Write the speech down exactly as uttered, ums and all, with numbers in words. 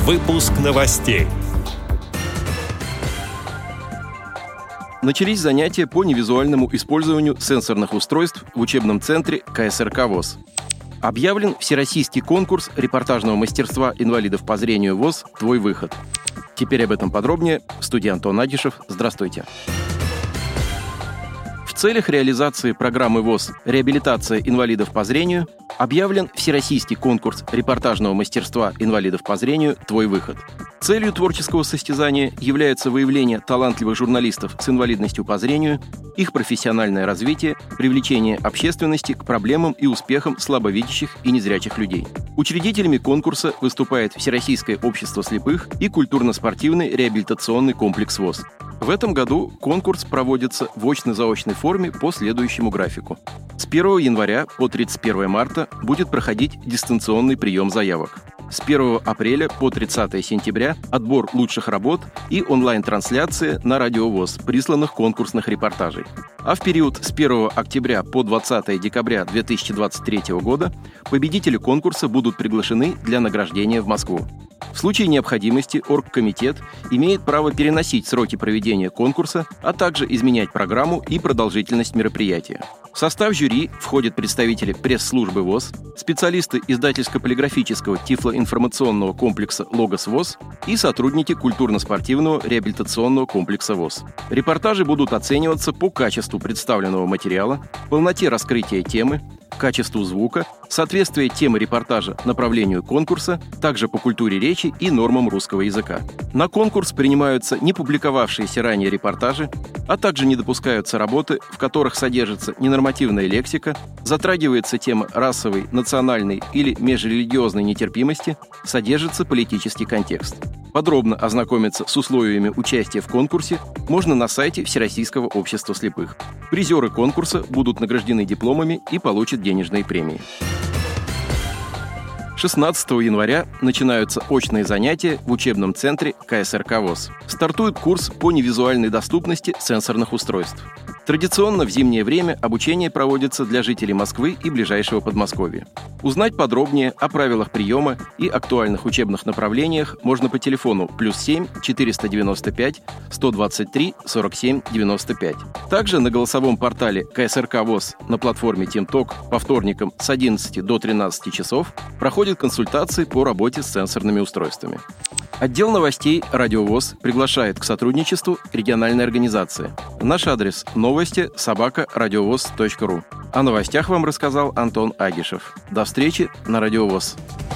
Выпуск новостей. Начались занятия по невизуальному использованию сенсорных устройств в учебном центре ка эс эр ка ВОС. Объявлен всероссийский конкурс репортажного мастерства инвалидов по зрению ВОС «Твой выход». Теперь об этом подробнее. В студии Антон Агишев. Здравствуйте. В целях реализации программы ВОС «Реабилитация инвалидов по зрению» объявлен всероссийский конкурс репортажного мастерства инвалидов по зрению «Твой выход». Целью творческого состязания является выявление талантливых журналистов с инвалидностью по зрению, их профессиональное развитие, привлечение общественности к проблемам и успехам слабовидящих и незрячих людей. Учредителями конкурса выступает Всероссийское общество слепых и культурно-спортивный реабилитационный комплекс ВОС. В этом году конкурс проводится в очно-заочной форме по следующему графику. С первого января по тридцать первое марта будет проходить дистанционный прием заявок. С первого апреля по тридцатое сентября отбор лучших работ и онлайн-трансляция на Радио ВОС присланных конкурсных репортажей. А в период с первого октября по двадцатое декабря две тысячи двадцать третьего года победители конкурса будут приглашены для награждения в Москву. В случае необходимости оргкомитет имеет право переносить сроки проведения конкурса, а также изменять программу и продолжительность мероприятия. В состав жюри входят представители пресс-службы ВОС, специалисты издательско-полиграфического тифлоинформационного комплекса «Логос ВОС» и сотрудники культурно-спортивного реабилитационного комплекса ВОС. Репортажи будут оцениваться по качеству представленного материала, полноте раскрытия темы, качеству звука, соответствие темы репортажа направлению конкурса, также по культуре речи и нормам русского языка. На конкурс принимаются не публиковавшиеся ранее репортажи, а также не допускаются работы, в которых содержится ненормативная лексика, затрагивается тема расовой, национальной или межрелигиозной нетерпимости, содержится политический контекст. Подробно ознакомиться с условиями участия в конкурсе можно на сайте Всероссийского общества слепых. Призеры конкурса будут награждены дипломами и получат денежные премии. шестнадцатого января начинаются очные занятия в учебном центре ка эс эр ка ВОС. Стартует курс по невизуальной доступности сенсорных устройств. Традиционно в зимнее время обучение проводится для жителей Москвы и ближайшего Подмосковья. Узнать подробнее о правилах приема и актуальных учебных направлениях можно по телефону плюс семь четыреста девяносто пять сто двадцать три сорок семь девяносто пять. Также на голосовом портале ка эс эр ка ВОС на платформе TeamTalk по вторникам с одиннадцати до тринадцати часов проходят консультации по работе с сенсорными устройствами. Отдел новостей Радио ВОС приглашает к сотрудничеству региональной организации. Наш адрес – новости собака радиовос точка ру. О новостях вам рассказал Антон Агишев. До встречи на Радио ВОС.